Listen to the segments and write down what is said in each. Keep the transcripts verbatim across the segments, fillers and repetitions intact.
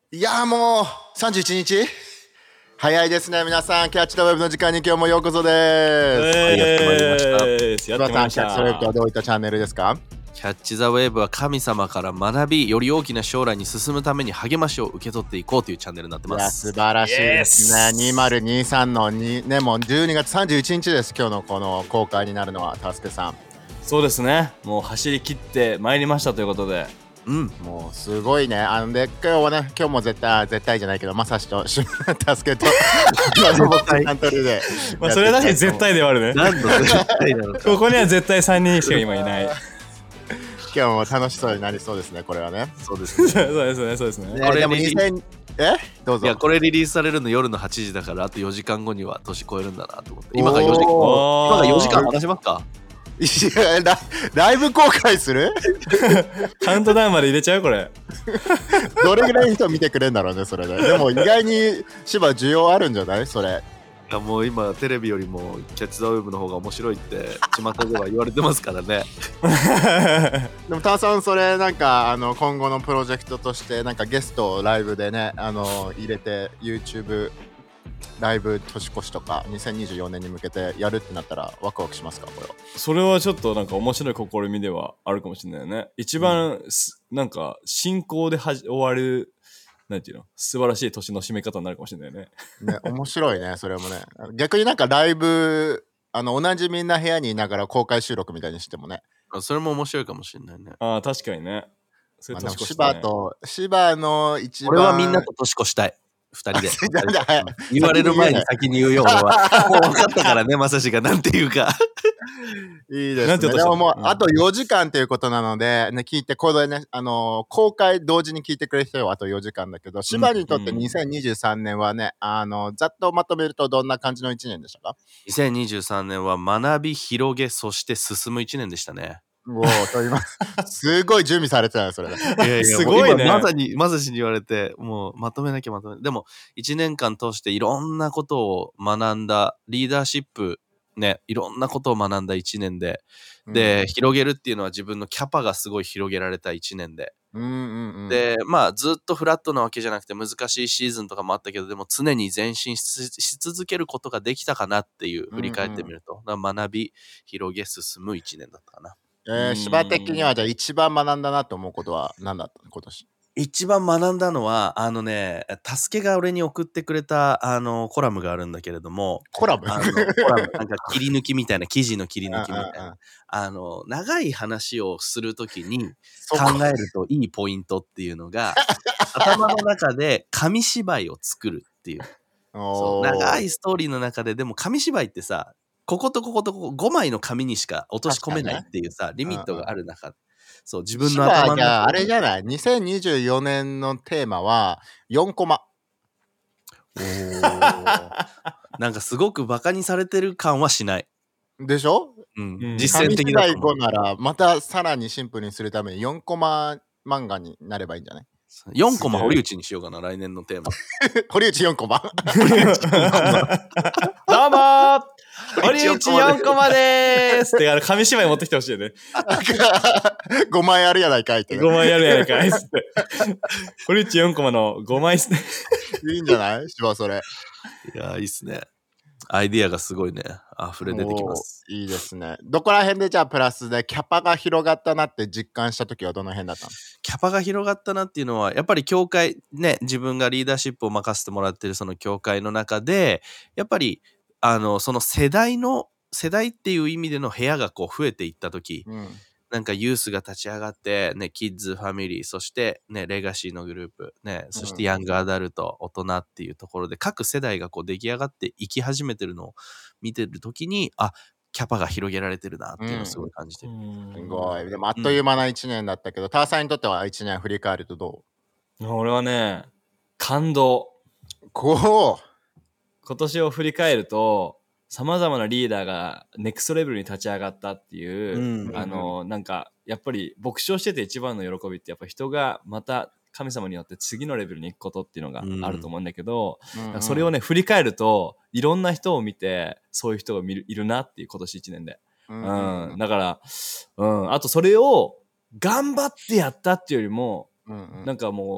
いやーもうさんじゅういちにち早いですね。皆さんキャッチ・ザ・ウェブの時間に今日もようこそです。 はい、やってまいりました。 柴田さん、キャッチ・ザ・ウェブとはどういったチャンネルですか？ キャッチ・ザ・ウェーブは神様から学び、より大きな将来に進むために励ましを受け取っていこうというチャンネルになっていやます。 素晴らしいですね。にせんにじゅうさんのにね、もうじゅうにがつさんじゅういちにちです。今日のこの公開になるのはタスケさん。 そうですね。もう走り切ってまいりましたということで。 うん、 もうすごいね。あので今日はね、今日も絶対絶対じゃないけど、まさしとタスケとタントリで。 まあそれは確かに絶対ではあるね。 何の絶対なのか。 ここには絶対さんにんしか今いない。 今日も楽しそうになりそうですね。これはね。 そうですね。 そうですね。そうですね。 ねでもにせんえどうぞ。 いやこれリリースされるの夜のはちじだからあとよじかんごには年越えるんだなと思って。今がよじかん。今がよじかん話しますか？ いやラ、ライブ公開するカウントダウンまで入れちゃうこれ。 どれぐらいの人見てくれるんだろうね、それで。でも意外に芝需要あるんじゃないそれ。 いやもう今テレビよりもキャッチ・ザ・ウェブの方が面白いって巷では言われてますからね。 でもターさん、それなんかあの今後のプロジェクトとしてなんかゲストをライブでね、あの入れて YouTube ライブ年越しとかにせんにじゅうよねんに向けてやるってなったらワクワクしますか？これは。 それはちょっとなんか面白い試みではあるかもしれないよね。一番、うん、なんか進行ではじ終わるなんていうの素晴らしい年の締め方になるかもしれないね。 ね、面白いね、それもね。逆になんかライブ、あの同じみんな部屋にいながら公開収録みたいにしてもね。 それも面白いかもしれないね。 ああ、確かにね。 それ年越したい、ね。まあ、芝と、芝の一番。 俺はみんなと年越したい。二人で。言われる前に先に言うよ、俺は。もう分かったからね、まさしがなんて言うか。 いいですね。でももう、あとよじかんということなので、ね、聞いて、これね、あのー、公開同時に聞いてくれる人はあとよじかんだけど、芝にとってにせんにじゅうさんねんはね、あのー、ざっとまとめるとどんな感じのいちねんでしたか？ にせんにじゅうさんねんは学び、広げ、そして進むいちねんでしたね。 おーと今すごい準備されてたね、それ。いやいやすごいね。 まさに、まさしに言われて、もうまとめなきゃまとめなきゃ。でも、いちねんかん通していろんなことを学んだ、リーダーシップ、ね、いろんなことを学んだいちねんで、で、うん、広げるっていうのは自分のキャパがすごい広げられたいちねんで。 うんうんうん、 で、まあ、ずっとフラットなわけじゃなくて難しいシーズンとかもあったけど、でも常に前進 し, し続けることができたかなっていう、振り返ってみると、うんうん、学び、広げ、進むいちねんだったかな。 えー、芝的にはじゃあ一番学んだなと思うことは何だったの今年？ 一番学んだのはあのね、タスケが俺に送ってくれたあのコラムがあるんだけれども、 コラムあのコラムなんか切り抜きみたいな記事の切り抜きみたいなあの長い話をするときに考えるといいポイントっていうのが頭の中で紙芝居を作るっていうそう長いストーリーの中ででも紙芝居ってさこことこことここごまいの紙にしか落とし込めないっていうさ、ね、リミットがある中、うんうん、そう自分の頭の中であれじゃないにせんにじゅうよねんのテーマはよんコマ。 おなんかすごくバカにされてる感はしないでしょ、 うん、実践的だと思う。 紙芝居ごならまたさらにシンプルにするためによんコマ漫画になればいいんじゃない？ よんコマ堀内にしようかな来年のテーマ。 堀内よんコマどうもー堀内よんコマでーすって紙芝居持ってきてほしいよね。 ごまいあるやないかいって、ね、 ごまいあるやないかいっつって堀内よんコマのごまいっすね。 いいんじゃない芝それ。 いやいいっすね。アイディアがすごいね溢れ出てきます。 いいですね。どこら辺でじゃあプラスでキャパが広がったなって実感した時はどの辺だったの？ キャパが広がったなっていうのはやっぱり教会ね自分がリーダーシップを任せてもらってるその教会の中でやっぱりあのその世代の世代っていう意味での部屋がこう増えていった時、うん、なんかユースが立ち上がってねキッズファミリーそしてねレガシーのグループねそしてヤングアダルト、うん、大人っていうところで各世代がこう出来上がっていき始めてるのを見てる時にあキャパが広げられてるなっていうのをすごい感じてる、うん、 すごい。でもあっという間ないちねんだったけど、うん、ターさんにとってはいちねん振り返るとどう？俺はね感動。 こう今年を振り返るとさまざまなリーダーがネクストレベルに立ち上がったっていう、うん、あのなんかやっぱり牧師をしてて一番の喜びってやっぱ人がまた神様によって次のレベルに行くことっていうのがあると思うんだけど、うん、それをね振り返るといろんな人を見てそういう人が見るいるなっていう今年いちねんで、うんうん、だから、うん、あとそれを頑張ってやったっていうよりも、うんうん、なんかもう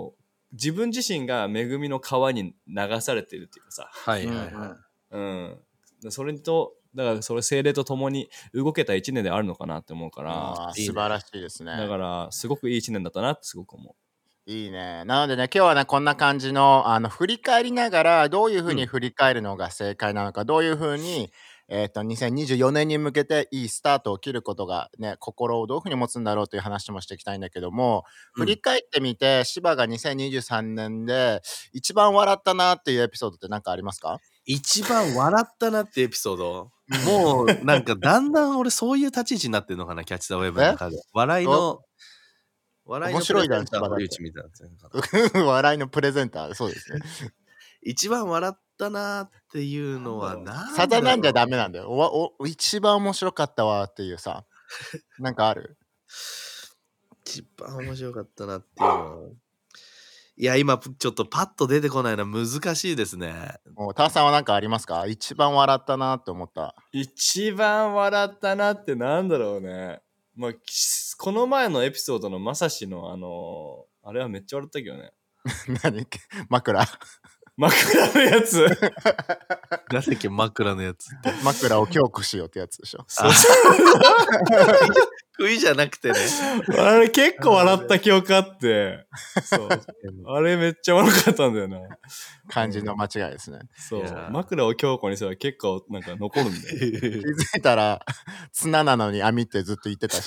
自分自身が恵みの川に流されてるっていうかさ、 はいはいはい。 うん、それとだからそれ精霊と共に動けた一年であるのかなって思うから、 あ素晴らしいですね。 だからすごくいい一年だったなってすごく思う。 いいね。なのでね、今日はね、こんな感じの、あの、振り返りながら、どういうふうに振り返るのが正解なのか、うん、どういうふうに、えっと、にせんにじゅうよねんに向けていいスタートを切ることがね、心をどういうふうに持つんだろうという話もしていきたいんだけども、振り返ってみて、芝がにせんにじゅうさんねんで一番笑ったなっていうエピソードって何かありますか？ 一番笑ったなってエピソードもうなんかだんだん俺そういう立ち位置になってるのかな、キャッチ・ザ・ウェブの中で。笑いの笑いのプレゼンター堀内みたいな。 笑いのプレゼンター、そうですね。 一番笑ったなっていうのは何サタなんじゃダメなんだよ。おお一番面白かったわっていうさ、なんかある？ 一番面白かったなっていうのは。いや、今ちょっとパッと出てこないのは難しいですね。 ターさんは何かありますか？一番笑ったなって思った。 一番笑ったなってなんだろうね。まあ、この前のエピソードのまさしのあのー、あれはめっちゃ笑ったけどね。 何？枕枕のやつなんだっけ枕のやつ枕を強固しようってやつでしょ。 そうそう食いじゃなくてね。 あれ結構笑った記憶あってそうあれめっちゃ笑かったんだよな。 漢字の間違いですね。 そう枕を強固にすれば結構なんか残るんだよ。気づいたら綱なのに網ってずっと言ってたし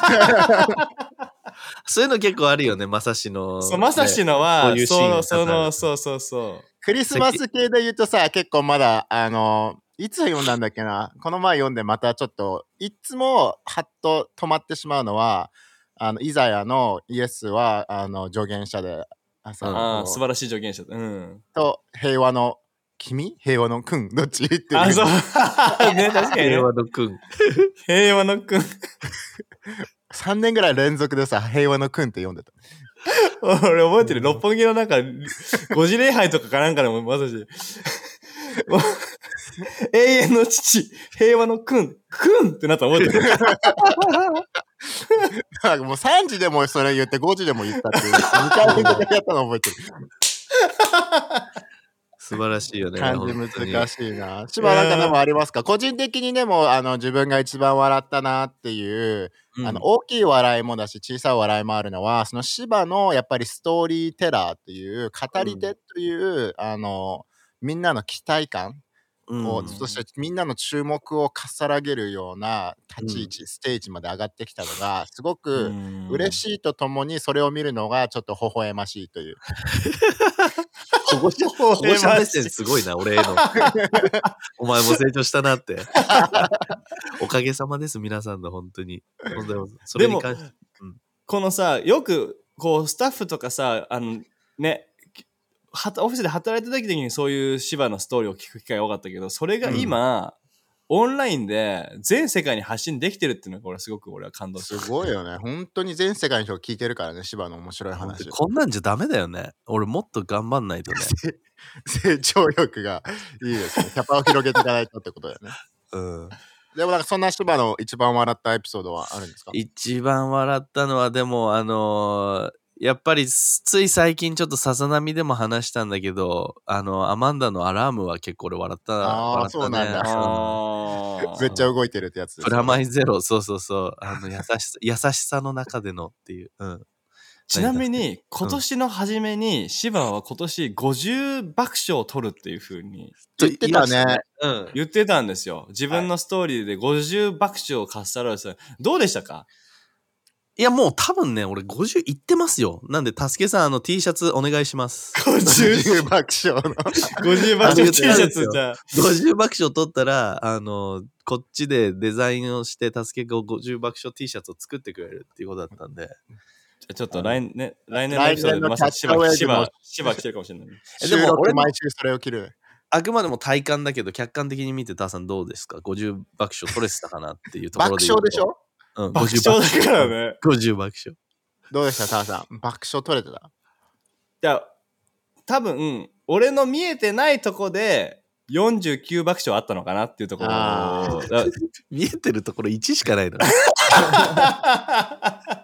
そういうの結構あるよね、まさしの。 そう、まさしのは、ね、そうそのそうそうそうクリスマス系で言うとさ、結構まだあのいつ読んだんだっけな、この前読んでまたちょっといつもハッと止まってしまうのは、あのイザヤのイエスはあの助言者で、 ああ素晴らしい助言者、うん、 と平和の君平和の君どっちっていう。 あそうね確かに、ね、 平和の君平和の君さんねんぐらい連続でさ平和の君って読んでた。 俺覚えてる、六本木のなんかごじ礼拝とかかなんかでもまさし永遠の父平和の君君ってなったら覚えてるなんかもうさんじでもそれ言ってごじでも言ったっていうにかい連続でやったの覚えてる。 素晴らしいよね。 漢字難しいな。しばらくでもありますか？個人的にでもあの自分が一番笑ったなっていう、うん、あの大きい笑いもだし小さい笑いもあるのは、その芝のやっぱりストーリーテラーっていう語り手という、うん、あのみんなの期待感を、うん、そしてみんなの注目をかっさらげるような立ち位置、うん、ステージまで上がってきたのがすごく嬉しいとともに、それを見るのがちょっと微笑ましいという。 保護者、保護者目線すごいな、俺への。お前も成長したなって。おかげさまです、皆さんの本当に。本当にそれに関して。 うん、このさ、よくこうスタッフとかさ、あのね、オフィスで働いた時にそういう芝のストーリーを聞く機会が多かったけど、それが今、うん、オンラインで全世界に発信できてるっていうのがこれすごく俺は感動する。 すごいよね。本当に全世界の人が聞いてるからね、芝の面白い話。 こんなんじゃダメだよね。俺もっと頑張んないとね。 成長力がいいですね。キャパを広げていかないとってことだよね。 うん。 でもなんかそんな芝の一番笑ったエピソードはあるんですか？ 一番笑ったのはでもあのー、やっぱりつい最近ちょっとさざ波でも話したんだけど、あのアマンダのアラームは結構俺笑った。 ああ、そうなんだ。めっちゃ動いてるってやつです、ね。 プラマイゼロ、そうそうそう。あの優しさ優しさの中でのっていう。うん。 ちなみに今年の初めに芝は今年ごじゅう爆笑を取るっていう風に言ってたね。 うん、言ってたんですよ。自分のストーリーでごじゅう爆笑をかっさらう。どうでしたか？ いやもう多分ね、俺ごじゅういってますよ。なんで、たすけさん、あの T シャツお願いします。 ごじゅう爆笑の。 ごじゅう爆笑 T シャツじゃ。 ごじゅう爆笑取ったら、あの、こっちでデザインをして、たすけがごじゅう爆笑 T シャツを作ってくれるっていうことだったんで。 ちょっと来年、ね、来年のエピソードでまさに芝、芝、芝来てるかもしれない。 でも俺毎週それを着る。 あくまでも体感だけど、客観的に見て、ターさんどうですか？ ごじゅう 爆笑取れてたかなっていうところで。 爆笑でしょ？ うん、 爆笑だからね。 ごじゅう爆笑。 どうでしたターさん？爆笑取れてた？いや、多分、俺の見えてないとこでよんじゅうきゅう爆笑あったのかなっていうところ。 見えてるところいちしかないの。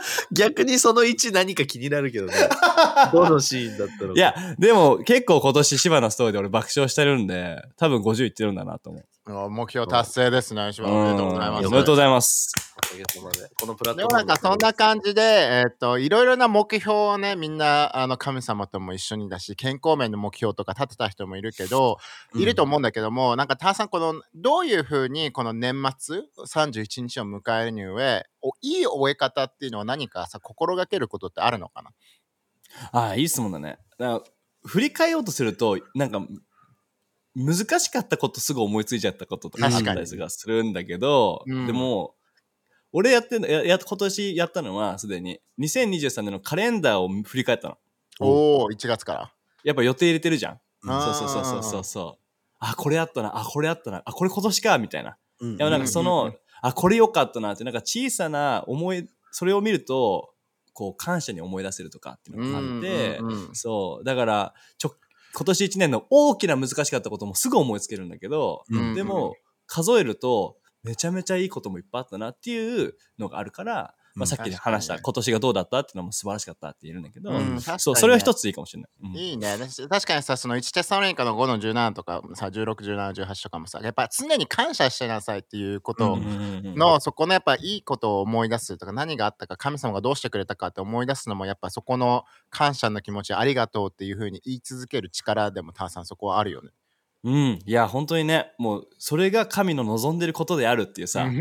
逆にそのいち何か気になるけどね。どのシーンだったのか。 いや、でも結構今年芝のストーリーで俺爆笑してるんで、多分ごじゅういってるんだなと思う。 目標達成ですね。おめでとうございます。 おめでとうございます。 おかげさまで。このプラッでもトフォームなんかそんな感じで、えーっと、いろいろな目標をね、みんな、あの、神様とも一緒にだし、健康面の目標とか立てた人もいるけど、 うんいると思うんだけども、なんか、ターさん、この、どういうふうに、この年末、さんじゅういちにちを迎えるに上、おいい終え方っていうのは何かさ、心がけることってあるのかな？ ああ、いい質問だね。だから振り返ろうとすると、なんか、難しかったことすぐ思いついちゃったこととかあったりするんだけど、 うん、 でも、俺やってんのやや今年やったのはすでににせんにじゅうさんねんのカレンダーを振り返ったの。 おお、いちがつから。 やっぱ予定入れてるじゃん。 うんそうそうそうそうそうそう。あ、これあったな、あ、これあったな、あ、これ今年かみたいな。 うん、 いやなんかその、あ、これ良かったなってなんか小さな思い、それを見るとこう感謝に思い出せるとかっていうのがあって、 うんうんうん、 そうだからちょ今年いちねんの大きな難しかったこともすぐ思いつけるんだけど、 うん、 でも数えるとめちゃめちゃいいこともいっぱいあったなっていうのがあるから、まあ、さっき話した、 うん、 今年がどうだったっていうのも素晴らしかったって言えるんだけど、 うん、 そう、それは一ついいかもしれない。うん、 いいね。確かにさ、そのいちテサロニカのごのじゅうななとかさ、じゅうろく、じゅうなな、じゅうはちとかもさ、やっぱ常に感謝してなさいっていうことの、そこのやっぱいいことを思い出すとか、何があったか、神様がどうしてくれたかって思い出すのも、やっぱそこの感謝の気持ち、ありがとうっていうふうに言い続ける力でも、ターさんそこはあるよね。 うん、いや本当にね、もうそれが神の望んでることであるっていうさ、うん、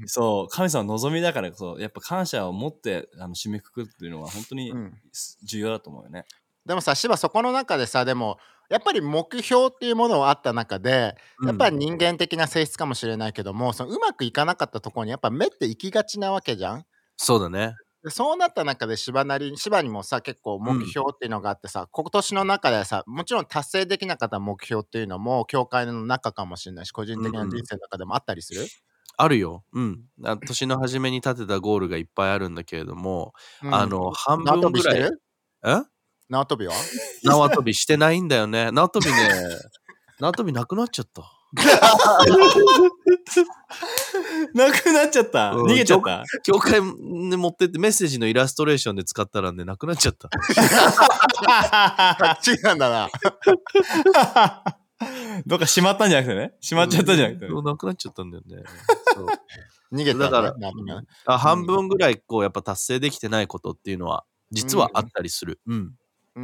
そう神様の望みだからこそやっぱ感謝を持ってあの締めくくるっていうのは本当に重要だと思うよね。うん、 でもさ、芝そこの中でさ、でもやっぱり目標っていうものがあった中で、やっぱり人間的な性質かもしれないけども、うん、そのうまくいかなかったところにやっぱ目って行きがちなわけじゃん。 そうだね。 でそうなった中で芝なり芝にもさ結構目標っていうのがあってさ、うん、今年の中でさもちろん達成できなかった目標っていうのも教会の中かもしれないし個人的な人生の中でもあったりする、うん、 あるよ。うん。年の初めに立てたゴールがいっぱいあるんだけれども、うん、あの半分ぐらい。え？ 縄跳びは？ 縄跳びしてないんだよね。縄跳びね、縄跳びなくなっちゃった。 なくなっちゃった、うん、逃げちゃった。 教会に持ってってメッセージのイラストレーションで使ったらねなくなっちゃった。 違うんだな。 どっかしまったんじゃなくてね、しまっちゃったんじゃなくて、ね、 うん、なくなっちゃったんだよね。そう逃げた、ね、 だから、うん、あ半分ぐらいこうやっぱ達成できてないことっていうのは実はあったりする。うん。うんうん、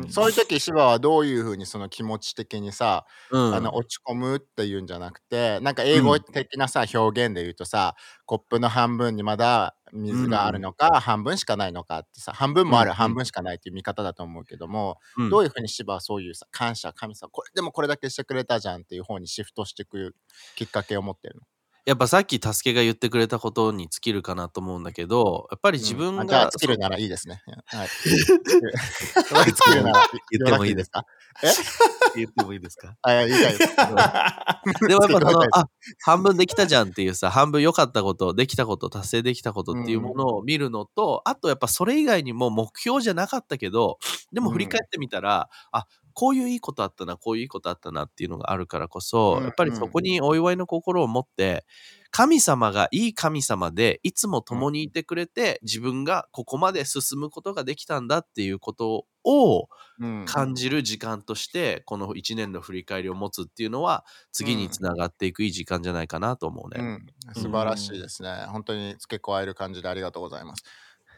そういう時芝はどういうふうにその気持ち的にさ、うん、あの落ち込むっていうんじゃなくてなんか英語的なさ、うん、表現で言うとさコップの半分にまだ水があるのか、うん、半分しかないのかってさ半分もある、うん、半分しかないっていう見方だと思うけども、うん、どういうふうに芝はそういうさ感謝神様これでもこれだけしてくれたじゃんっていう方にシフトしていくきっかけを持ってるの？ やっぱさっきたすけが言ってくれたことに尽きるかなと思うんだけど、やっぱり自分が、うん、 じゃあ尽きるならいいですね。はい。尽きるなら言ってもいいですか？え？言ってもいいですか？ あ、いや言いたいです。 でもやっぱそのあ半分できたじゃんっていうさ半分良かったことできたこと達成できたことっていうものを見るのと、うん、あとやっぱそれ以外にも目標じゃなかったけどでも振り返ってみたら、うん、あこういういいことあったなこういういいことあったなっていうのがあるからこそ、うん、やっぱりそこにお祝いの心を持って神様がいい神様でいつも共にいてくれて、うん、自分がここまで進むことができたんだっていうことを感じる時間としてこのいちねんの振り返りを持つっていうのは次につながっていくいい時間じゃないかなと思うね、 うん、素晴らしいですね、うん、本当に付け加える感じでありがとうございます。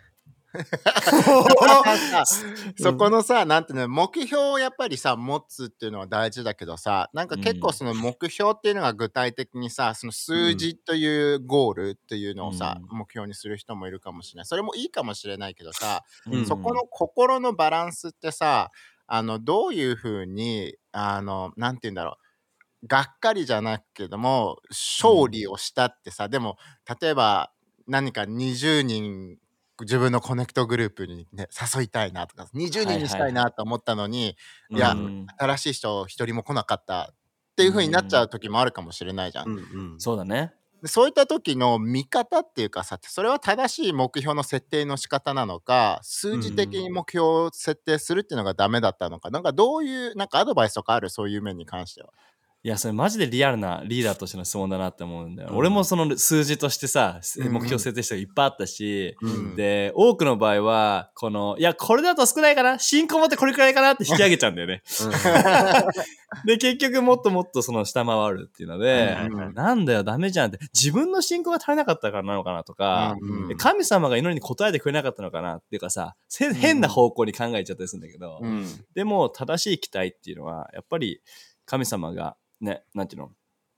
そこのさ、なんていうの目標をやっぱりさ持つっていうのは大事だけどさなんか結構その目標っていうのが具体的にさその数字というゴールっていうのをさ、うん、目標にする人もいるかもしれないそれもいいかもしれないけどさ、うん、そこの心のバランスってさあのどういうふうにあのなんていうんだろうがっかりじゃなくけども勝利をしたってさ、うん、でも例えば何かにじゅうにん自分のコネクトグループに、ね、誘いたいなとかにじゅうにんにしたいなと思ったのに、はいはいはい、いや、うん、新しい人一人も来なかったっていう風になっちゃう時もあるかもしれないじゃん、うんうん、 そうだね。 そういった時の見方っていうかさそれは正しい目標の設定の仕方なのか数字的に目標を設定するっていうのがダメだったのか、うん、なんかどういうなんかアドバイスとかあるそういう面に関しては？ いや、それマジでリアルなリーダーとしての質問だなって思うんだよ。 うん、 俺もその数字としてさ、 うんうん目標設定したがいっぱいあったし、 うん、 で、多くの場合は、この、いや、これだと少ないかな、進行持ってこれくらいかなって引き上げちゃうんだよね。で、結局もっともっとその下回るっていうので、 うんうん、 なんだよ、ダメじゃんって、自分の進行が足りなかったからなのかなとか、 うんうん、 神様が祈りに応えてくれなかったのかなっていうかさ、変な方向に考えちゃったりするんだけど、 うん、 でも正しい期待っていうのは、やっぱり神様が、ね、なんていうの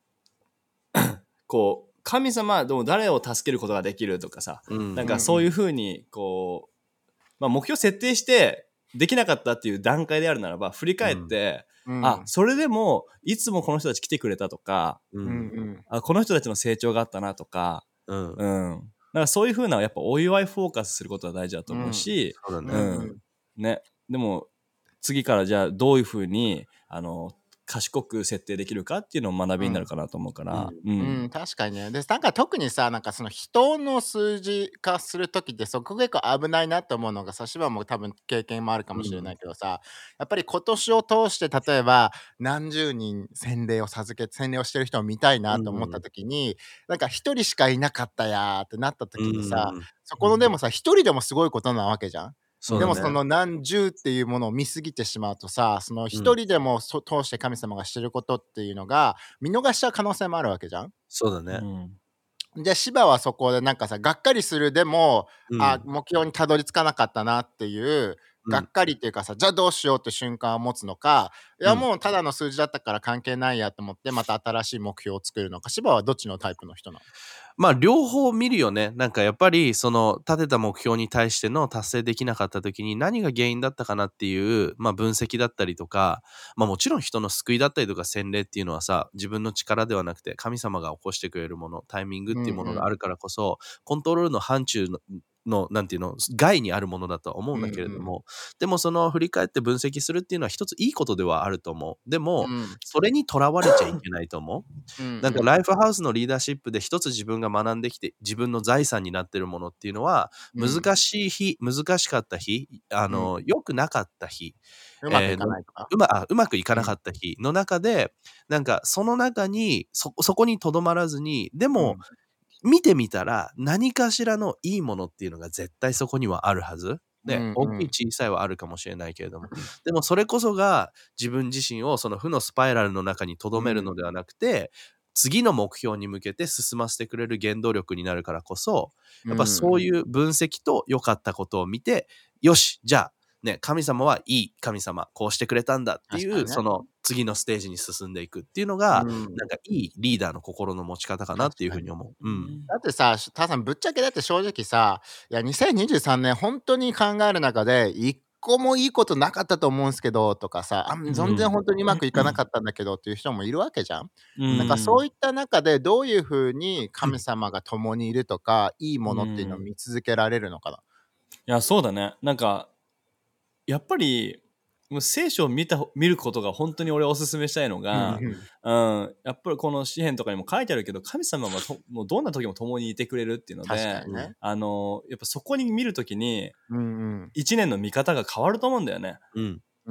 こう、神様でも誰を助けることができるとかさ、うん、なんかそういうふうに、こう、まあ目標設定してできなかったっていう段階であるならば、振り返って、うん、あ、それでも、いつもこの人たち来てくれたとか、うん、あこの人たちの成長があったなとか、うん。うん、だからそういうふうな、やっぱお祝いフォーカスすることは大事だと思うし、うん、そうだね。うん。ね。でも、次からじゃあどういうふうに、あの、賢く設定できるかっていうのも学びになるかなと思うから、 うん、うんうん、確かにね。でなんか特にさ、なんかその人の数字化する時ってそこ結構危ないなと思うのがさ、芝も多分経験もあるかもしれないけどさ、うん、やっぱり今年を通して例えば何十人洗礼を授け洗礼をしてる人を見たいなと思った時に、うん、なんか一人しかいなかったやーってなった時にさ、うん、そこのでもさ一人でもすごいことなわけじゃん。でもその何十っていうものを見過ぎてしまうとさ、その一人でもそ、うん、通して神様がしてることっていうのが見逃しちゃう可能性もあるわけじゃん。 そうだね。 うん、じゃあ芝はそこでなんかさ、がっかりするでも、うん、あ目標にたどり着かなかったなっていうがっかりっていうかさ、うん、じゃあどうしようって瞬間を持つのか、いやもうただの数字だったから関係ないやと思ってまた新しい目標を作るのか。芝はどっちのタイプの人なの？ まあ両方見るよね。なんかやっぱりその立てた目標に対しての達成できなかった時に何が原因だったかなっていう、まあ、分析だったりとか、まあもちろん人の救いだったりとか洗礼っていうのはさ、自分の力ではなくて神様が起こしてくれるもの、タイミングっていうものがあるからこそ、うんうん、コントロールの範疇ののなんていうの外にあるものだとは思うんだけれども、うんうん、でもその振り返って分析するっていうのは一ついいことではあると思う。でも、うん、それにとらわれちゃいけないと思う。うんうん、なんかライフハウスのリーダーシップで一つ自分が学んできて自分の財産になってるものっていうのは、難しい日、うん、難しかった日、あの、うん、良くなかった日、 うまくいかないとか、 えー、う, まあうまくいかなかった日の中で、うん、なんかその中に そ, そこにとどまらずにでも、うん見てみたら何かしらのいいものっていうのが絶対そこにはあるはず。ね、うんうん、大きい小さいはあるかもしれないけれども、でもそれこそが自分自身をその負のスパイラルの中に留めるのではなくて、うん、次の目標に向けて進ませてくれる原動力になるからこそ、やっぱそういう分析と良かったことを見て、よし、じゃあね、神様はいい神様、こうしてくれたんだっていう、ね、その次のステージに進んでいくっていうのが、うん、なんかいいリーダーの心の持ち方かなっていうふうに思う。うん、 だってさ、ターさんぶっちゃけだって正直さ、いやにせんにじゅうさんねん本当に考える中で一個もいいことなかったと思うんですけどとかさ、あ全然本当にうまくいかなかったんだけどっていう人もいるわけじゃん。うん、なんかそういった中でどういうふうに神様が共にいるとか、いいものっていうのを見続けられるのかな。 いやそうだね。なんかやっぱりもう聖書を見た見ることが本当に俺おすすめしたいのが、うん、やっぱりこの詩篇とかにも書いてあるけど、神様はともうどんな時も共にいてくれるっていうので、ね、あのやっぱそこに見るときに一年の見方が変わると思うんだよね。うんうん、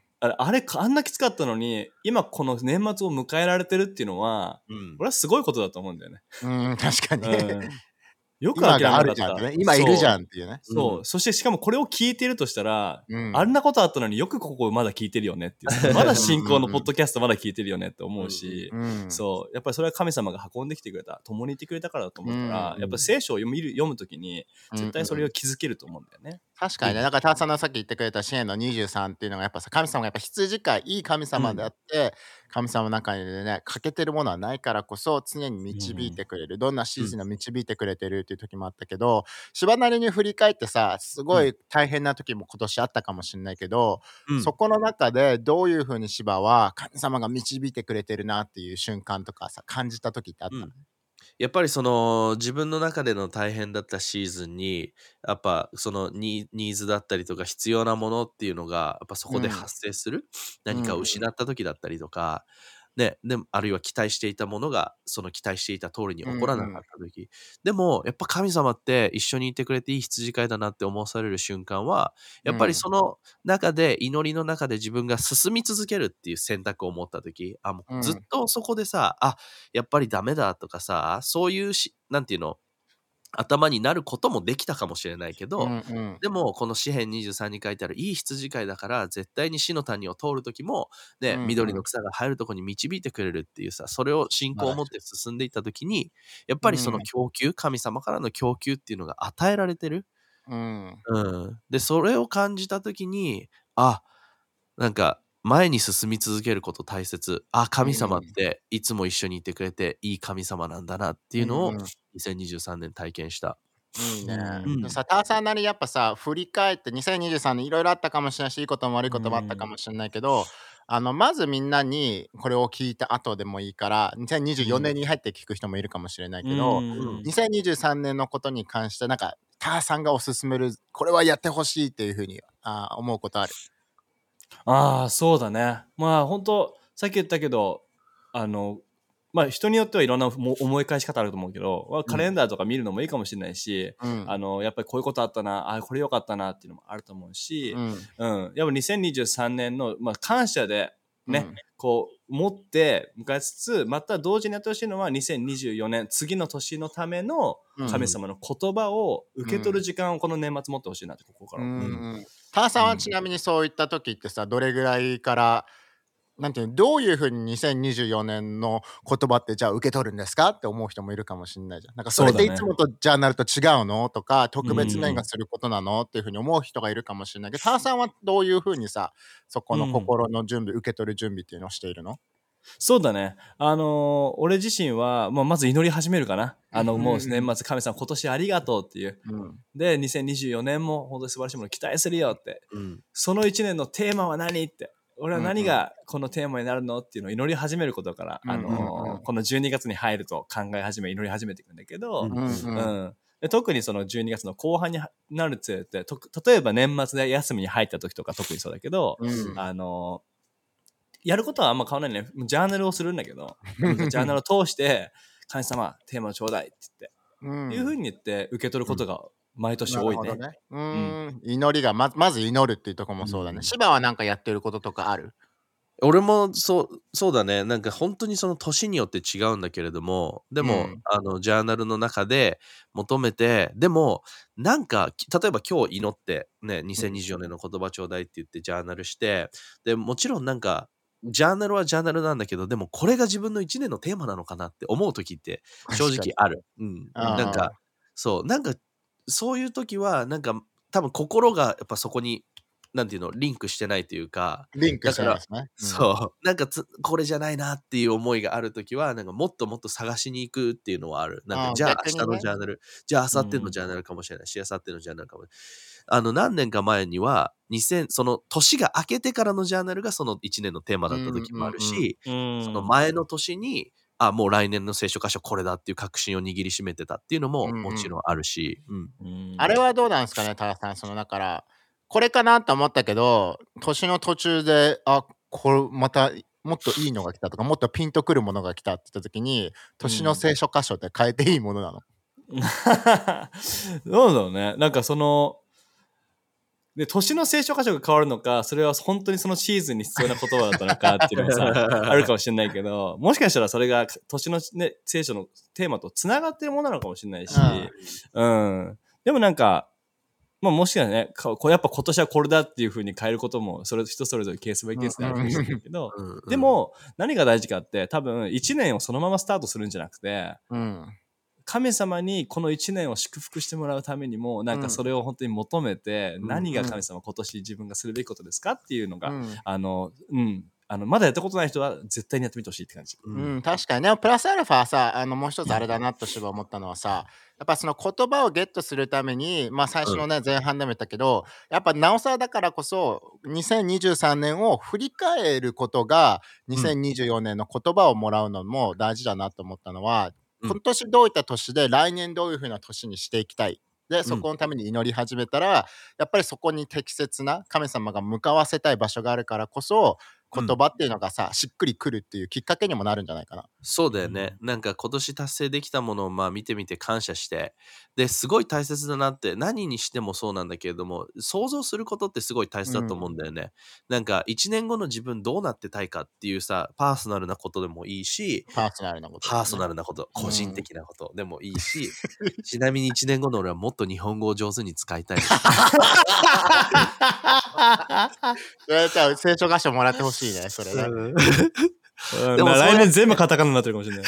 あれ、あれあんなきつかったのに今この年末を迎えられてるっていうのは、うん、俺はすごいことだと思うんだよね。 うん確かに、うんよく諦めなかった。 今があるじゃんね。今いるじゃんっていうね。 そう。そううん、そしてしかもこれを聞いてるとしたら、うん、あんなことあったのによくここまだ聞いてるよねっていう。まだ信仰のポッドキャストまだ聞いてるよねって思うし、うんうん、そう。やっぱりそれは神様が運んできてくれた、共にいてくれたからだと思うから、うんうん、やっぱ聖書を読む読むときに、絶対それを気づけると思うんだよね。うんうん確かにね、だからターさんのさっき言ってくれた支援のにじゅうさんっていうのがやっぱさ、神様がやっぱ羊飼い、いい神様であって、うん、神様の中にね、欠けてるものはないからこそ常に導いてくれる、うん、どんなシーズンを導いてくれてるっていう時もあったけど、芝なりに振り返ってさ、すごい大変な時も今年あったかもしれないけど、うん、そこの中でどういう風に芝は神様が導いてくれてるなっていう瞬間とかさ、感じた時ってあったの？うんやっぱりその自分の中での大変だったシーズンにやっぱそのニーズだったりとか必要なものっていうのがやっぱそこで発生する、うん、何かを失った時だったりとか、 ね、でもあるいは期待していたものがその期待していた通りに起こらなかった時、うんうん、でもやっぱ神様って一緒にいてくれていい羊飼いだなって思わされる瞬間はやっぱりその中で、祈りの中で自分が進み続けるっていう選択を持った時、あ、もうずっとそこでさ、うん、あ、やっぱりダメだとかさ、そういうしなんていうの頭になることもできたかもしれないけど、うんうん、でもこの詩編にじゅうさんに書いてあるいい羊飼いだから絶対に死の谷を通るときも、ね、うんうん、緑の草が生えるところに導いてくれるっていうさ、それを信仰を持って進んでいったときにやっぱりその供給、うん、神様からの供給っていうのが与えられてる、うんうん、でそれを感じたときにあ、なんか前に進み続けること大切。あ、神様っていつも一緒にいてくれていい神様なんだなっていうのをにせんにじゅうさんねん体験した。 いいね。うん、さ、ターさんなりやっぱさ、振り返ってにせんにじゅうさんねんいろいろあったかもしれないし、いいことも悪いこともあったかもしれないけど、あの、まずみんなにこれを聞いた後でもいいから、にせんにじゅうよねんに入って聞く人もいるかもしれないけど、にせんにじゅうさんねんのことに関してなんか、ターさんがおすすめる、これはやってほしいっていうふうにあ思うことある？ ああ、そうだね。まあ本当さっき言ったけど、あのまあ人によってはいろんな思い返し方あると思うけど、うん、カレンダーとか見るのもいいかもしれないし、うん、あのやっぱりこういうことあったな、あこれ良かったなっていうのもあると思うし、うん、うん、やっぱにせんにじゅうさんねんの、まあ、感謝でね、うん、こう持って迎えつつ、また同時にやってほしいのはにせんにじゅうよねん次の年のための神様の言葉を受け取る時間をこの年末持ってほしいなってここから。 ターさんはちなみにそういった時ってさ、どれぐらいからなんていうどういうふうににせんにじゅうよねんの言葉ってじゃあ受け取るんですかって思う人もいるかもしれないじゃん。なんかそれっていつもとジャーナルと違うのとか特別年がすることなのっていうふうに思う人がいるかもしれないけど、ターさんはどういうふうにさそこの心の準備、うん、受け取る準備っていうのをしているの？ そうだね。あのー、俺自身は、まあ、まず祈り始めるかな。あの、もう年末、神様今年ありがとうっていう。うん、で、にせんにじゅうよねんも本当に素晴らしいものを期待するよって。うん、そのいちねんのテーマは何って。俺は何がこのテーマになるのっていうのを祈り始めることから、うんうんうん、あのー、このじゅうにがつに入ると考え始め、祈り始めていくんだけど、うんうんうんで特にそのじゅうにがつの後半になるにつれて、と例えば年末で休みに入った時とか特にそうだけど、うん、あのーやることはあんま変わらないね。ジャーナルをするんだけど、ジャーナルを通して、神様、テーマをちょうだいって言って、うん、いうふうに言って受け取ることが毎年多いね。 ねうんうん、祈りがま、まず祈るっていうところもそうだね。うん、芝はなんかやってることとかある？ 俺もそう、そうだね。なんか本当にその年によって違うんだけれども、でも、うん、あの、ジャーナルの中で求めて、でも、なんか、例えば今日祈って、ね、にせんにじゅうよねんの言葉ちょうだいって言ってジャーナルして、で、もちろんなんか、ジャーナルはジャーナルなんだけど、でもこれが自分のいちねんのテーマなのかなって思う時って正直ある。うん。なんか、そう、なんか、そういう時は、なんか、多分心がやっぱそこに、なんていうの、リンクしてないというか、 リンクしてないですね。 うん、そう、なんかつこれじゃないなっていう思いがあるときは、なんかもっともっと探しに行くっていうのはある。なんかじゃあ明日のジャーナル、ね、じゃあ明後日のジャーナルかもしれないし、明後日のジャーナルかもしれない。あの何年か前にはにせんその年が明けてからのジャーナルがそのいちねんのテーマだった時もあるし、うんうんうん、その前の年にあもう来年の聖書箇所これだっていう確信を握りしめてたっていうのももちろんあるし、うんうんうん、あれはどうなんですかね、タラさん。そのだからこれかなと思ったけど、年の途中で、あ、これまたもっといいのが来たとか、もっとピンとくるものが来たって言った時に、年の聖書箇所って変えていいものなの？ うん、どうだろうね。なんかその、で、年の聖書箇所が変わるのか、それは本当にそのシーズンに必要な言葉だったのかっていうのはさ、あるかもしれないけど、もしかしたらそれが年の、ね、聖書のテーマとつながってるものなのかもしれないし、うん。うん、でもなんか、まあもしかしたらね、こやっぱ今年はこれだっていう風に変えることも、それ人それぞれケースバイケースであるかもしれないけど、うんうん、でも何が大事かって多分いちねんをそのままスタートするんじゃなくて、うん、神様にこのいちねんを祝福してもらうためにも、なんかそれを本当に求めて、うん、何が神様今年自分がするべきことですかっていうのが、うん、あの、うん。あのまだやったことない人は絶対にやってみてほしいって感じ。 うん、うん、確かにね。プラスアルファさ、あのもう一つあれだなとしば思ったのはさ、やっぱその言葉をゲットするために、まあ最初のね、うん、前半でも言ったけど、やっぱなおさらだからこそにせんにじゅうさんねんを振り返ることがにせんにじゅうよねんの言葉をもらうのも大事だなと思ったのは、うん、今年どういった年で来年どういう風な年にしていきたい。でそこのために祈り始めたら、うん、やっぱりそこに適切な神様が向かわせたい場所があるからこそ、 言葉っていうのがさ、うん、しっくりくるっていうきっかけにもなるんじゃないかな。 そうだよね。なんか今年達成できたものをまあ見てみて感謝して、ですごい大切だなって、何にしてもそうなんだけれども、想像することってすごい大切だと思うんだよね。うん、なんかいちねんごの自分どうなってたいかっていうさ、パーソナルなことでもいいし、 パーソナルなこと、 ね、パーソナルなこと、個人的なことでもいいし、うん、ちなみにいちねんごの俺はもっと日本語を上手に使いたい。 それじゃあ聖書箇所もらってほしいね、それね。 でも来年全部カタカナになってるかもしれない。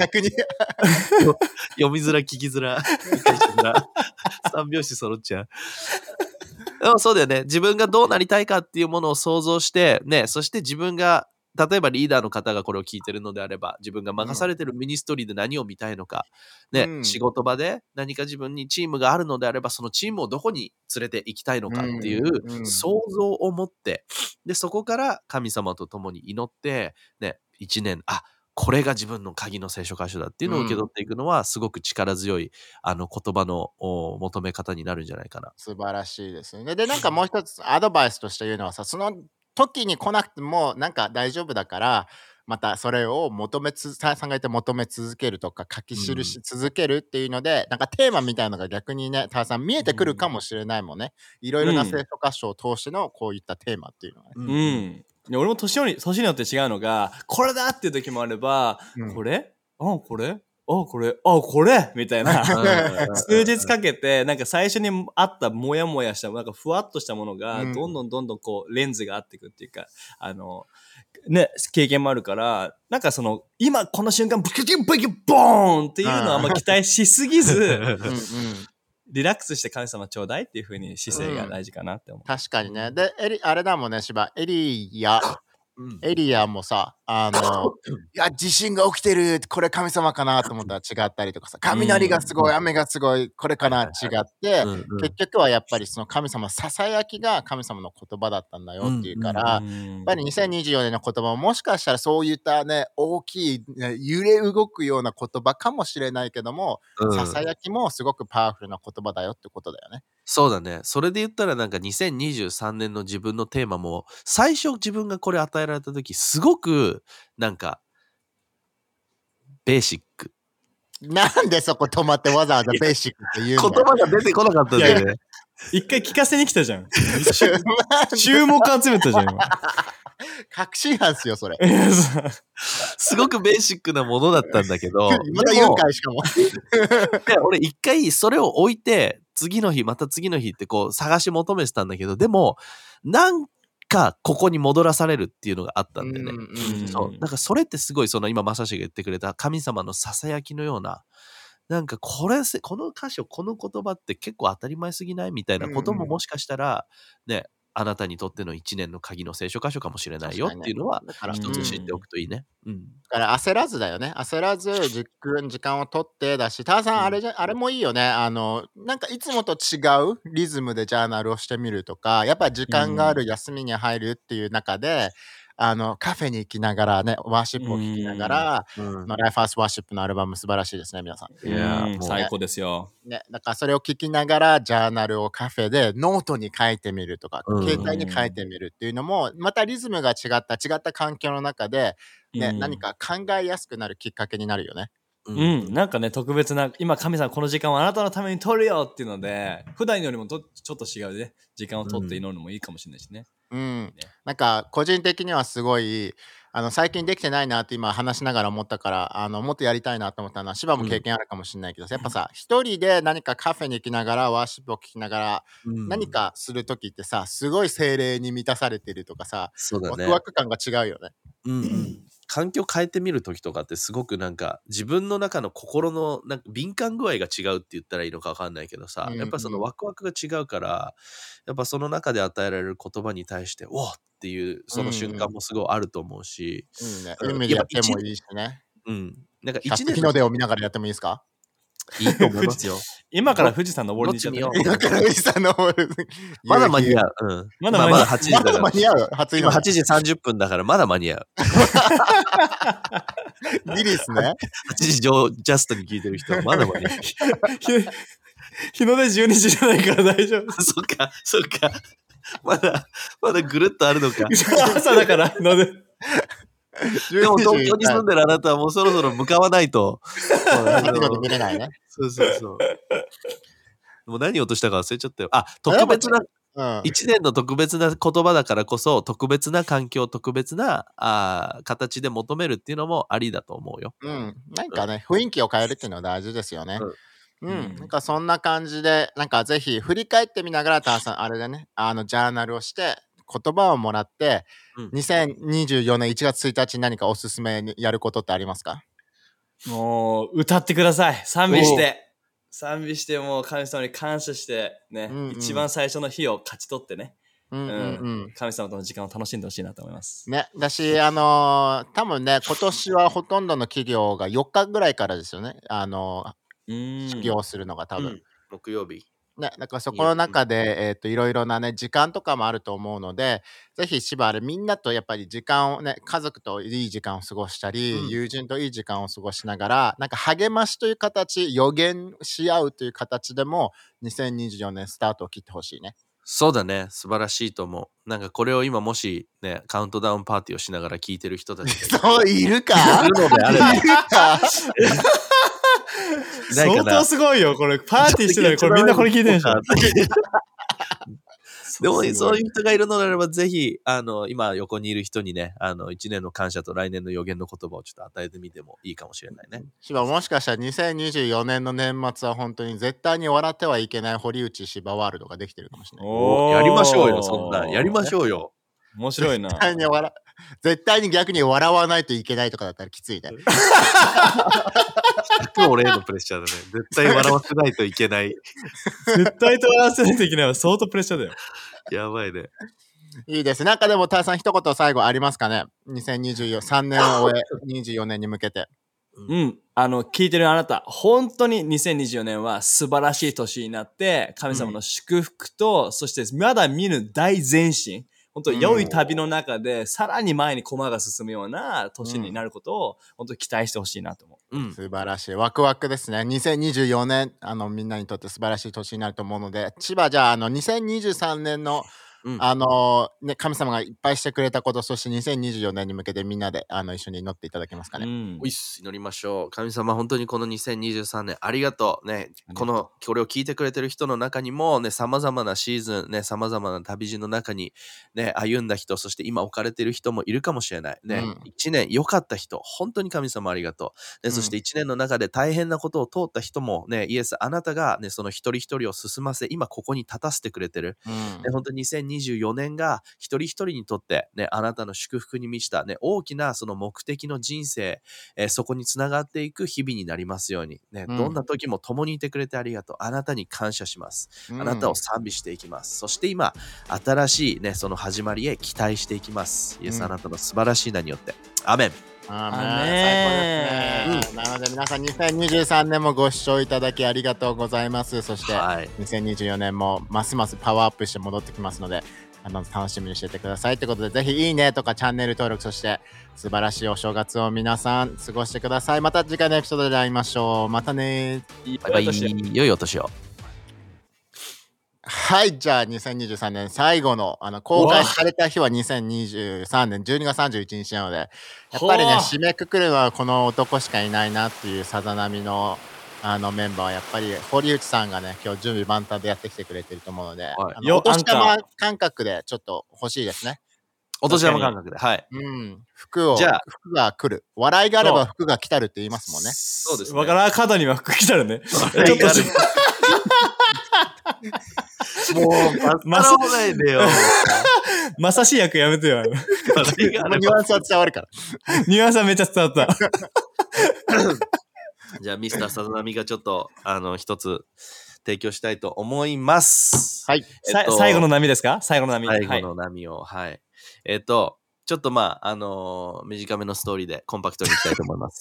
逆に読みづら、聞きづら、理解しづら、三拍子揃っちゃう。でもそうだよね。自分がどうなりたいかっていうものを想像して、ね、そして自分が例えばリーダーの方がこれを聞いてるのであれば、自分が任されてるミニストリーで何を見たいのか、ね、うん、仕事場で何か自分にチームがあるのであれば、そのチームをどこに連れて行きたいのかっていう想像を持って、で、そこから神様と共に祈って、ね、一年、あ、これが自分の鍵の聖書箇所だっていうのを受け取っていくのは、すごく力強いあの言葉の求め方になるんじゃないかな。 素晴らしいですね。で、なんかもう一つアドバイスとして言うのはさ、その時に来なくてもなんか大丈夫だから、またそれを求めつ、さんが言って求め続けるとか書き記し続けるっていうので、うん、なんかテーマみたいなのが逆にね、ターさん見えてくるかもしれないもんね。いろいろな聖書箇所を通してのこういったテーマっていうのはね。 うん。うん俺も年に、年によって違うのが、これだっていう時もあれば、うん、これあ、これあ、これあ、これみたいな。数日かけて、なんか最初にあったモヤモヤした、なんかふわっとしたものが、どんどんどんどんこう、レンズが合っていくっていうか、あの、ね、経験もあるから、なんかその、今この瞬間、ブキュキュブキュボーンっていうのはあんま期待しすぎず、うんうんリラックスして神様ちょうだいっていう風に姿勢が大事かなって思う。 うん、確かにね。で、エリあれだもんね、芝。エリヤ、うん、エリアもさ、あの、いや、地震が起きてる、これ神様かなと思ったら違ったりとかさ、雷がすごい、雨がすごい、これかな違って、うんうん、結局はやっぱりその神様、ささやきが神様の言葉だったんだよっていうから、うんうん、やっぱりにせんにじゅうよねんの言葉ももしかしたらそういったね、大きい、ね、揺れ動くような言葉かもしれないけども、ささやきもすごくパワフルな言葉だよってことだよね。 そうだね。それで言ったらなんかにせんにじゅうさんねんの自分のテーマも最初自分がこれ与えられた時すごくなんかベーシック。 なんでそこ止まってわざわざベーシックって言うんだよ。 言葉が出てこなかったんだよね。 一回聞かせに来たじゃん。注目集めたじゃん今。 確信犯っすよそれ。 すごくベーシックなものだったんだけど。 また言うんかいしかも。 俺一回それを置いて次の日また次の日ってこう探し求めてたんだけど、でもなんかここに戻らされるっていうのがあったんだよね。うんうん、そうなんかそれってすごいその今まさしが言ってくれた神様のささやきのような。なんかこれこの箇所この言葉って結構当たり前すぎないみたいなことももしかしたらねあなたにとっての一年の鍵の聖書箇所かもしれないよっていうのは一つ知っておくといいね。うん。 だから焦らずだよね。焦らずじっくり時間を取ってだし、ターさんあれじゃ、うん、あれもいいよね。あのなんかいつもと違うリズムでジャーナルをしてみるとか、やっぱ時間がある休みに入るっていう中で。あのカフェに行きながらね、ワーシップを聴きながら、うん、のライファーストワーシップのアルバム素晴らしいですね、皆さん。 いや、もう最高ですよ。 ね、だからそれを聞きながらジャーナルをカフェでノートに書いてみるとか、うん、携帯に書いてみるっていうのも、またリズムが違った違った環境の中で、ね、うん、何か考えやすくなるきっかけになるよね。 うん、うん、なんかね特別な今神様この時間をあなたのために取るよっていうので普段よりもとちょっと違うね時間を取って祈るのもいいかもしれないしね。 うん、ね、なんか個人的にはすごいあの最近できてないなって今話しながら思ったからあのもっとやりたいなと思ったのは芝も経験あるかもしれないけど、うん、やっぱさ一人で何かカフェに行きながらワーシップを聞きながら、うん、何かする時ってさすごい精霊に満たされてるとかさ、 そうだね、 ワクワク感が違うよね。 うんうん、環境変えてみる時とかってすごくなんか自分の中の心のなんか敏感具合が違うって言ったらいいのか分かんないけどさ、うんうん、やっぱそのワクワクが違うからやっぱその中で与えられる言葉に対しておっっていうその瞬間もすごいあると思うし、 うんね、海でやってもいいしね。 うん、なんか一年日の出を見ながらやってもいいですか？ いいと思いますよ。 今から富士山登りに行っちゃった。 今から富士山登る。 まだ間に合う。うん。 まだ間に合う。 はちじだから。まだ間に合う。初今はちじさんじゅっぷんだからまだ間に合う。 ギリっすね。はちじジャストに聞いてる人はまだ間に合う。 日の出じゅうにじじゃないから大丈夫。 そっか、そっか。 まだ、まだぐるっとあるのか。 朝だからので。 でも東京に住んでるあなたはもうそろそろ向かわないと。 秋ので見れないね。 そうそうそう。もう何を落としたか忘れちゃったよ。あ、特別な、 うん、 一年の特別な言葉だからこそ、特別な環境、特別なあ形で求めるっていうのもありだと思うよ。 うん。なんかね、雰囲気を変えるっていうのは大事ですよね。うん。うん、なんかそんな感じで、なんかぜひ振り返ってみながら、ターさん、あれでね、あの、ジャーナルをして、言葉をもらって、うん、にせんにじゅうよねんいちがつついたちに何かおすすめにやることってありますか？ もう、歌ってください。賛美して。賛美してもう神様に感謝してね、うんうん、一番最初の日を勝ち取ってね、うんうんうん、神様との時間を楽しんでほしいなと思います。 ね、だし、あのー、多分ね、今年はほとんどの企業がよっかぐらいからですよね、あのー、始業するのが多分。うん、 木曜日。 ね、だからそこの中で、えっと、いろいろなね、時間とかもあると思うので、ぜひしばらみんなとやっぱり時間をね、家族といい時間を過ごしたり、うん、友人といい時間を過ごしながら、なんか励ましという形、予言し合うという形でも、にせんにじゅうよねんスタートを切ってほしいね。 そうだね。素晴らしいと思う。なんかこれを今もしね、カウントダウンパーティーをしながら聞いてる人たちがそう、いるかいるのであれば。いるか相当すごいよ、これ。パーティーしてたら、これみんなこれ聞いてるでしょ。 でも、そういう人がいるのであれば、ぜひ、あの、今横にいる人にね、あの、一年の感謝と来年の予言の言葉をちょっと与えてみてもいいかもしれないね。 芝、もしかしたらにせんにじゅうよねんの年末は本当に絶対に笑ってはいけない堀内芝ワールドができてるかもしれない。 おやりましょうよ、そんな。やりましょうよ。 面白いな。 絶対に笑絶対に逆に笑わないといけないとかだったらきついね。 俺へのプレッシャーだね。絶対笑わせないといけない。 絶対と笑わせないといけないは相当プレッシャーだよ。 やばいね。 いいです。なんかでも、ターさん一言最後ありますかね？にせんにじゅうよねん、さんねんを終え、にじゅうよねんに向けて。 うん。あの、聞いてるあなた、本当ににせんにじゅうよねんは素晴らしい年になって、神様の祝福と、うん、そしてまだ見ぬ大前進。本当良い旅の中で、さらに前に駒が進むような年になることを、本当に期待してほしいなと思う。 うん、素晴らしい。ワクワクですね。にせんにじゅうよねん、あの、みんなにとって素晴らしい年になると思うので、千葉じゃあ、あの、にせんにじゅうさんねんの、うん、あのー、ね、神様がいっぱいしてくれたこと、そしてにせんにじゅうよねんに向けてみんなであの一緒に祈っていただけますかね。うん、 おいっす、祈りましょう。神様、本当にこのにせんにじゅうさんねんありがとう。ね、この、これを聞いてくれてる人の中にも、ね、様々なシーズン、ね、様々な旅路の中に、ね、歩んだ人、そして今置かれている人もいるかもしれない。ね、うん、いちねん良かった人、本当に神様ありがとう。ね、そしていちねんの中で大変なことを通った人も、ね、イエス、あなたが、ね、その一人一人を進ませ、今ここに立たせてくれてる。うん、ね、本当ににせんにじゅうよねんが一人一人にとって、ね、あなたの祝福に満ちた、ね、大きなその目的の人生、えー、そこにつながっていく日々になりますように、ね、うん、どんな時も共にいてくれてありがとう。あなたに感謝します。あなたを賛美していきます。うん、そして今、新しい、ね、その始まりへ期待していきます。イエス、うん、あなたの素晴らしい名によって。アメン。 アメン。最高ですね。うん、なので皆さんにせんにじゅうさんねんもご視聴いただきありがとうございます。そして、はい、にせんにじゅうよねんもますますパワーアップして戻ってきますので、あの楽しみにしててくださいということで、ぜひいいねとかチャンネル登録、そして素晴らしいお正月を皆さん過ごしてください。また次回のエピソードで会いましょう。またね。 バイバイ。良いお年を。 はい、じゃあにせんにじゅうさんねん最後のあの公開された日はにせんにじゅうさんねんじゅうにがつさんじゅういちにちなので、やっぱりね締めくくるのはこの男しかいないなっていうさざ波のあのメンバーはやっぱり堀内さんがね今日準備万端でやってきてくれてると思うので、はい、お年玉感覚でちょっと欲しいですね。 お年玉感覚で、はい。 うん、服をじゃあ服が来る、笑いがあれば服が来たるって言いますもんね。 そうですね。わからん角には服来たるね。ちょっともうまさないでよ。 まさしい役やめてよ。 ニュアンスは伝わるから。 ニュアンスはめっちゃ伝わった。 じゃあミスターさざなみがちょっとあの一つ提供したいと思います。 はい。 えっと、最後の波ですか？最後の波。 最後の波を、はい、はい。えっとちょっとまああのー、短めのストーリーでコンパクトにいきたいと思います。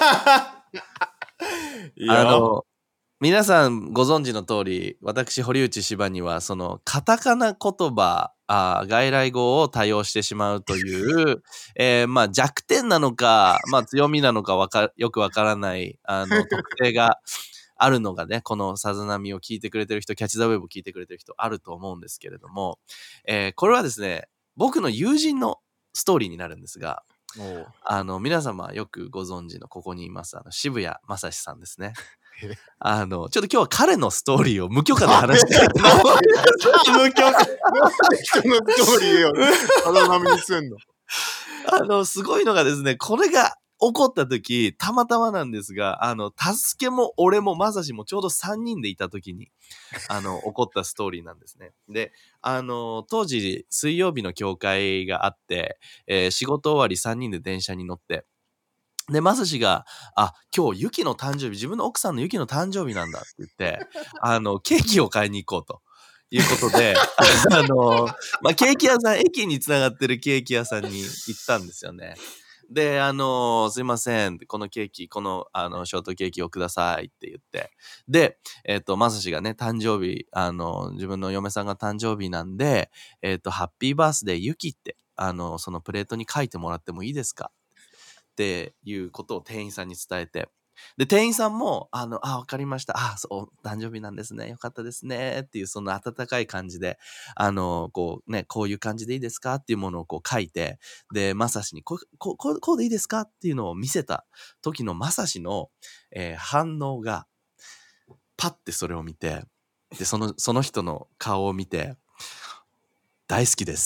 いあの皆さんご存知の通り、私堀内芝にはそのカタカナ言葉、あ外来語を多用してしまうという、えー、まあ弱点なのか、まあ強みなのかわかよくわからないあの特性があるのがね、このさざ波を聞いてくれてる人、キャッチザウェーブを聞いてくれてる人あると思うんですけれども、えー、これはですね、僕の友人のストーリーになるんですが、あの皆様よくご存知のここにいますあの渋谷正史さんですね。あのちょっと今日は彼のストーリーを無許可で話してる無許可人のストーリーをさざ波にすんの。 あのすごいのがですね、これが起こった時、たまたまなんですが、あの助けも俺もまさしもちょうどさんにんでいた時にあの起こったストーリーなんですね。で、あの当時水曜日の教会があって、えー、仕事終わりさんにんで電車に乗って、でまさしが、あ、今日ユキの誕生日、自分の奥さんのユキの誕生日なんだって言ってあのケーキを買いに行こうということであの、まあ、ケーキ屋さん、駅につながってるケーキ屋さんに行ったんですよね。で、あのー、すいません、このケーキ、この、あの、ショートケーキをくださいって言って。で、えっと、まさしがね、誕生日、あの、自分の嫁さんが誕生日なんで、えっと、ハッピーバースデーユキって、あの、そのプレートに書いてもらってもいいですかっていうことを店員さんに伝えて、で、店員さんも、あの、あ、わかりました。あ、そう、誕生日なんですね。よかったですね。っていう、その温かい感じで、あの、こうね、こういう感じでいいですかっていうものをこう書いて、で、まさしに、こう、こう、こうこうでいいですかっていうのを見せた時のまさしの、えー、反応が、パッてそれを見て、で、その、その人の顔を見て、大好きです。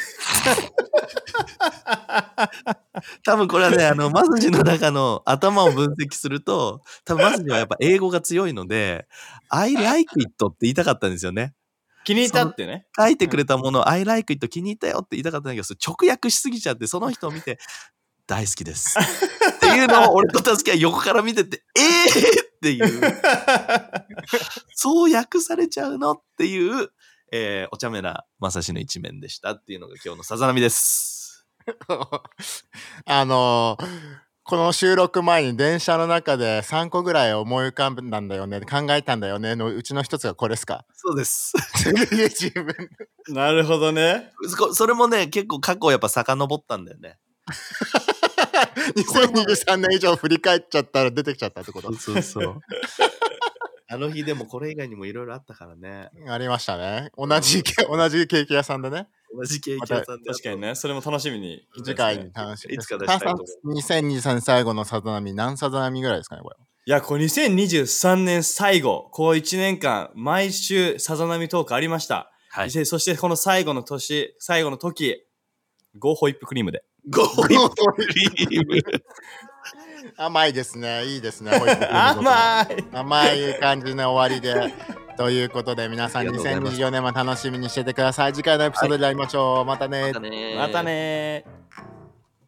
多分これはね、あの、マスジの中の頭を分析すると、多分マスジはやっぱ英語が強いので、I like it って言いたかったんですよね。 気に入ったってね。 書いてくれたものを I like it 気に入ったよって言いたかったんだけど、それ直訳しすぎちゃって、その人を見て、大好きです。っていうのを俺とたすきは横から見てて、えーっていう、そう訳されちゃうのっていう、えー、お茶目なまさしの一面でしたっていうのが今日のさざ波です。 あのー、この収録前に電車の中でさんこぐらい思い浮かんだんだよね、考えたんだよねのうちの一つがこれですか？ そうです。 自分なるほどね。 そ, それもね、結構過去やっぱ遡ったんだよね。 にせんにじゅうさんねん以上振り返っちゃったら出てきちゃったってこと？ そうそうあの日でもこれ以外にもいろいろあったからね。 ありましたね。同じ、うん、同じケーキ屋さんでね。 同じケーキ屋さんで、 ま、確かにね、それも楽しみに、 ね、次回に楽しみいつか出したいと思う。 にせんにじゅうさんねん最後のさざ波、何さざ波ぐらいですかね、これ。 いや、これにせんにじゅうさんねん最後、こういちねんかん毎週さざ波トークありました。はい。そしてこの最後の年、最後の時、ゴーホイップクリームで。 ゴーホイップクリーム。 甘いですね。いいですね。ホイップクリーム甘い。 甘い感じの終わりで。ということで皆さんにせんにじゅうよねんも楽しみにしててください。次回のエピソードで会いましょう。はい、またね。 またね。 またね。